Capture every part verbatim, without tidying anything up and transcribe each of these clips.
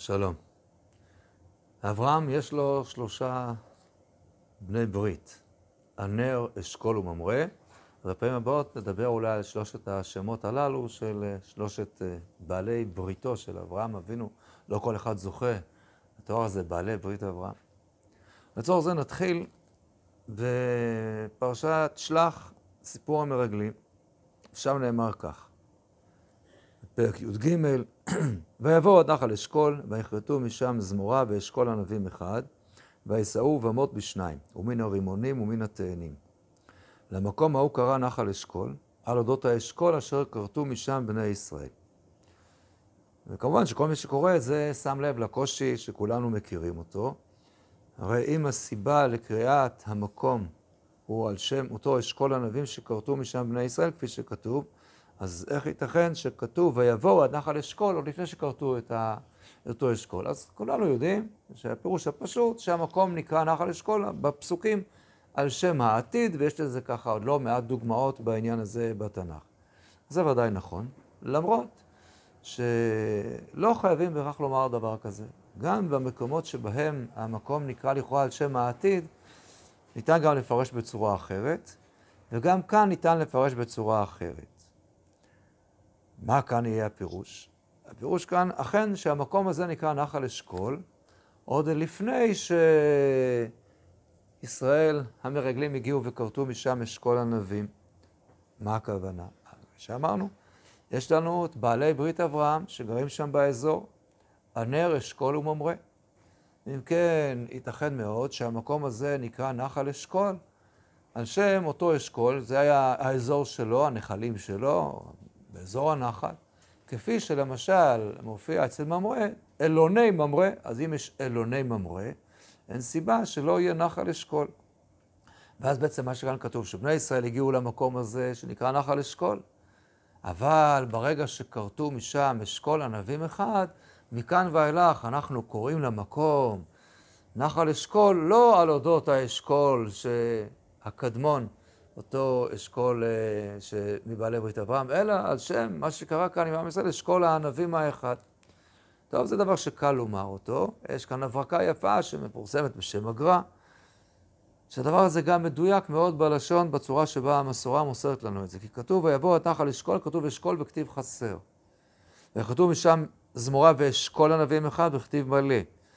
שלום. אברהם יש לו שלושה בני ברית, ענר, אשכול וממרא. אז בפעמים הבאות נדבר אולי על שלושת השמות הללו של שלושת בעלי בריתו של אברהם אבינו. לא כל אחד זוכה, התואר הזה בעלי ברית אברהם. לצורך זה נתחיל בפרשת שלח, סיפור המרגלים. שם נאמר כך, פרק י"ג, ויבואו עד נחל אשכול, ויכרתו משם זמורה ואשכול ענבים אחד, ויסעו במות בשניים, ומן הרימונים ומן התאנים. למקום ההוא קרא נחל אשכול, על אודות האשכול אשר כרתו משם בני ישראל. וכמובן שכל מי שקורא את זה שם לב לקושי שכולנו מכירים אותו. הרי אם הסיבה לקריאת המקום הוא על שם אותו אשכול ענבים שכרתו משם בני ישראל, כפי שכתוב, אז איך ייתכן שכתוב ויבואו עד נחל אשכול עוד לפני שכרתו את אותו אשכול? אז כולנו יודעים שהפירוש הפשוט שהמקום נקרא נחל אשכול בפסוקים על שם העתיד, ויש לזה ככה עוד לא מעט דוגמאות בעניין הזה בתנ"ך. זה ודאי נכון, למרות שלא חייבים בכך לומר דבר כזה. גם במקומות שבהם המקום נקרא לכאורה על שם העתיד, ניתן גם לפרש בצורה אחרת, וגם כאן ניתן לפרש בצורה אחרת. מה כאן יהיה הפירוש? הפירוש כאן, אכן שהמקום הזה נקרא נחל אשכול, עוד לפני שישראל המרגלים הגיעו וכרתו משם אשכול ענבים. מה הכוונה? שאמרנו, יש לנו את בעלי ברית אברהם שגרים שם באזור, ענר, אשכול וממרא. אם כן, ייתכן מאוד שהמקום הזה נקרא נחל אשכול, על שם אותו אשכול, זה היה האזור שלו, הנחלים שלו, באזור הנחל, כפי שלמשל מופיע אצל ממרא, אלוני ממרא, אז אם יש אלוני ממרא, אין סיבה שלא יהיה נחל אשכול. ואז בעצם מה שכאן כתוב, שבני ישראל הגיעו למקום הזה שנקרא נחל אשכול, אבל ברגע שכרתו משם אשכול ענבים אחד, מכאן ואילך אנחנו קוראים למקום נחל אשכול, לא על אודות האשכול שהקדמון, אותו אשכול מבעלי ברית אברהם, אלא על שם מה שקרה כאן עם עם ישראל, אשכול הענבים האחד. טוב, זה דבר שקל לומר אותו. יש כאן הברקה יפה שמפורסמת בשם הגר"א, שהדבר הזה גם מדויק מאוד בלשון, בצורה שבה המסורה מוסרת לנו את זה. כי כתוב, ויבוא עד נחל אשכול, כתוב אשכול בכתיב חסר. וכתוב משם זמורה ואשכול ענבים אחד בכתיב מלא.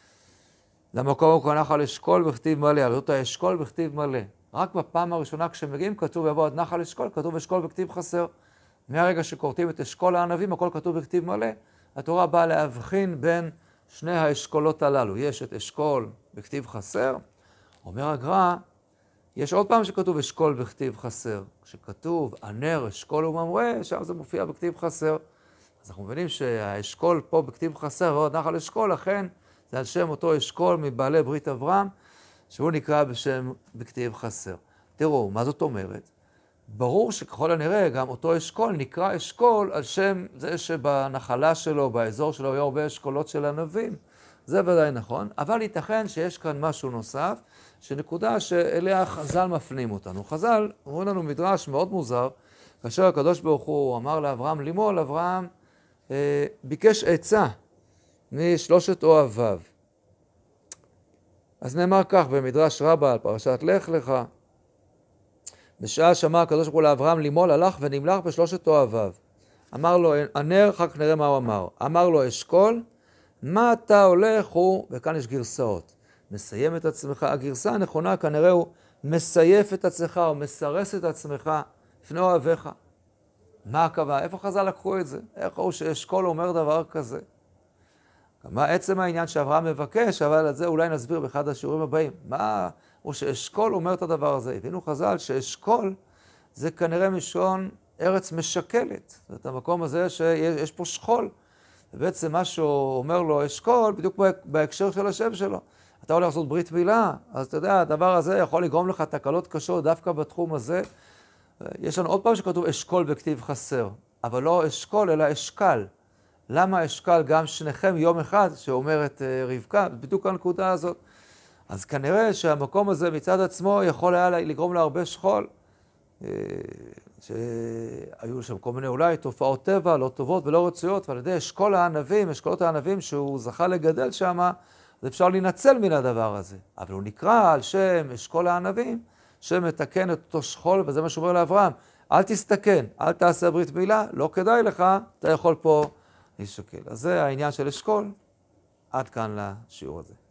למקום הוא קרא נחל אשכול בכתיב מלא, על אותו האשכול בכתיב מלא. רק בפעם הראשונה כשמגיעים כתוב ויבוא עד נחל אשכול, כתוב אשכול בכתיב חסר. מהרגע שכורתים את אשכול הענבים, הכל כתוב בכתיב מלא. התורה באה להבחין בין שני האשכולות הללו. יש את אשכול בכתיב חסר, אומר הגר"א, יש עוד פעם שכתוב אשכול בכתיב חסר. כשכתוב ענר, אשכול וממרא, שם זה מופיע בכתיב חסר. אז אנחנו מבינים שהאשכול פה בכתיב חסר ועוד נחל אשכול, לכן זה על שם אותו אשכול מבעלי ברית אברהם, שהוא נקרא בשם בכתיב חסר. תראו, מה זאת אומרת? ברור שככל הנראה גם אותו אשכול נקרא אשכול על שם זה שבנחלה שלו, באזור שלו, היו הרבה אשכולות של ענבים. זה ודאי נכון, אבל ייתכן שיש כאן משהו נוסף, שנקודה שאליה חז"ל מפנים אותנו. חז"ל אומרים לנו מדרש מאוד מוזר, כאשר הקדוש ברוך הוא אמר לאברהם לימול, אברהם אה, ביקש עצה משלושת אוהביו. אז נאמר כך במדרש רבה על פרשת לך לך, בשעה שמע הקדוש ברוך הוא לאברהם לימול, הלך ונמלך בשלושת אוהביו. אמר לו ענר, אחר כך נראה מה הוא אמר. אמר לו אשכול, מה אתה הולך הוא, וכאן יש גרסאות, מסיים את עצמך. הגרסה הנכונה כנראה הוא מסייף את עצמך או מסרס את עצמך לפני אוהביך. מה הכוונה? איפה חז"ל לקחו את זה? איך הוא שאשכול אומר דבר כזה? מה עצם העניין שאברהם מבקש, אבל על זה אולי נסביר באחד השיעורים הבאים. מה הוא שאשכול אומר את הדבר הזה? הבינו חז"ל שאשכול זה כנראה משון ארץ משקלת. זאת המקום הזה שיש פה שכול. ובעצם מה שהוא אומר לו אשכול, בדיוק בהקשר של השם שלו. אתה הולך לעשות ברית מילה, אז אתה יודע, הדבר הזה יכול לגרום לך תקלות קשות דווקא בתחום הזה. יש לנו עוד פעם שכתוב אשכול בכתיב חסר, אבל לא אשכול אלא אשכל. למה אשכל גם שניכם יום אחד, שאומרת רבקה, בדיוק הנקודה הזאת. אז כנראה שהמקום הזה מצד עצמו יכול היה לגרום להרבה שכול. שהיו שם כל מיני אולי תופעות טבע לא טובות ולא רצויות, ועל ידי אשכול הענבים, אשכולות הענבים שהוא זכה לגדל שם, אז אפשר להינצל מן הדבר הזה. אבל הוא נקרא על שם אשכול הענבים, שמתקן את אותו שכול, וזה מה שאומר לאברהם, אל תסתכן, אל תעשה ברית מילה, לא כדאי לך, אתה יכול פה להישקל. אז זה העניין של אשכול, עד כאן לשיעור הזה.